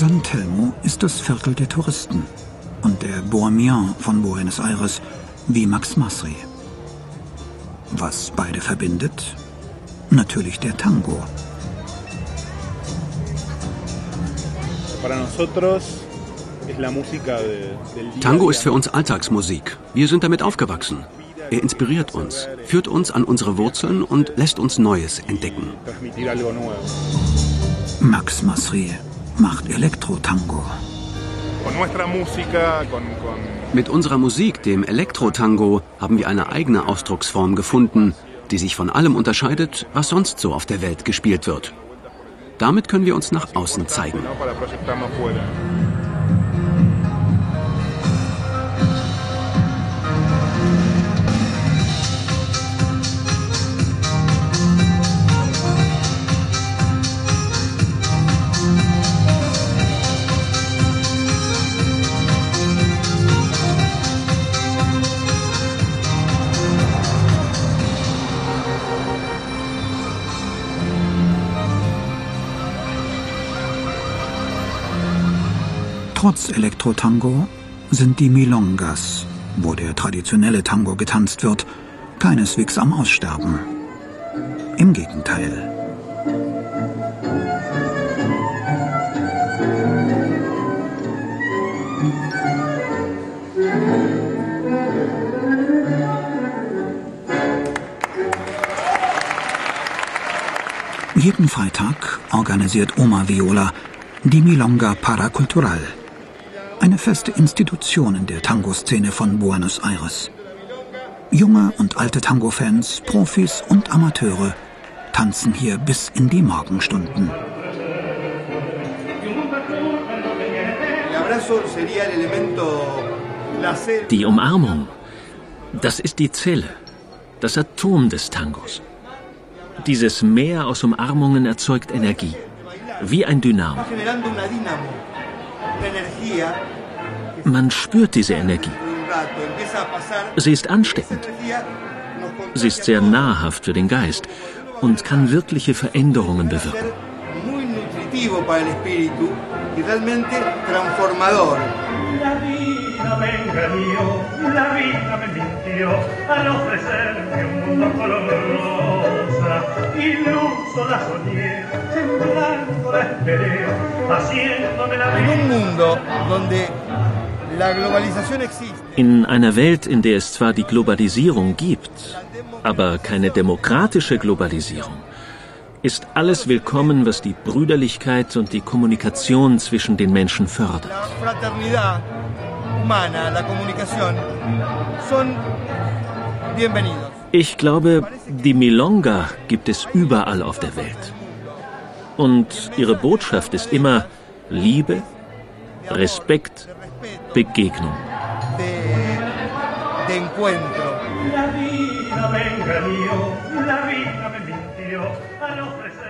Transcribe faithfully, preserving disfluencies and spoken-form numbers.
San Telmo ist das Viertel der Touristen und der Bohemian von Buenos Aires wie Max Masri. Was beide verbindet? Natürlich der Tango. Tango ist für uns Alltagsmusik. Wir sind damit aufgewachsen. Er inspiriert uns, führt uns an unsere Wurzeln und lässt uns Neues entdecken. Max Masri macht Elektro-Tango. Mit unserer Musik, dem Elektro-Tango, haben wir eine eigene Ausdrucksform gefunden, die sich von allem unterscheidet, was sonst so auf der Welt gespielt wird. Damit können wir uns nach außen zeigen. Trotz Elektro-Tango sind die Milongas, wo der traditionelle Tango getanzt wird, keineswegs am Aussterben. Im Gegenteil. Jeden Freitag organisiert Oma Viola die Milonga Paracultural, eine feste Institution in der Tango-Szene von Buenos Aires. Junge und alte Tango-Fans, Profis und Amateure tanzen hier bis in die Morgenstunden. Die Umarmung, das ist die Zelle, das Atom des Tangos. Dieses Meer aus Umarmungen erzeugt Energie, wie ein Dynamo. Man spürt diese Energie. Sie ist ansteckend. Sie ist sehr nahrhaft für den Geist und kann wirkliche Veränderungen bewirken. In einer Welt, in der es zwar die Globalisierung gibt, aber keine demokratische Globalisierung, ist alles willkommen, was die Brüderlichkeit und die Kommunikation zwischen den Menschen fördert. Ich glaube, die Milonga gibt es überall auf der Welt. Und ihre Botschaft ist immer Liebe, Respekt, Begegnung. La vida me engañó, la vida me mintió, al ofrecer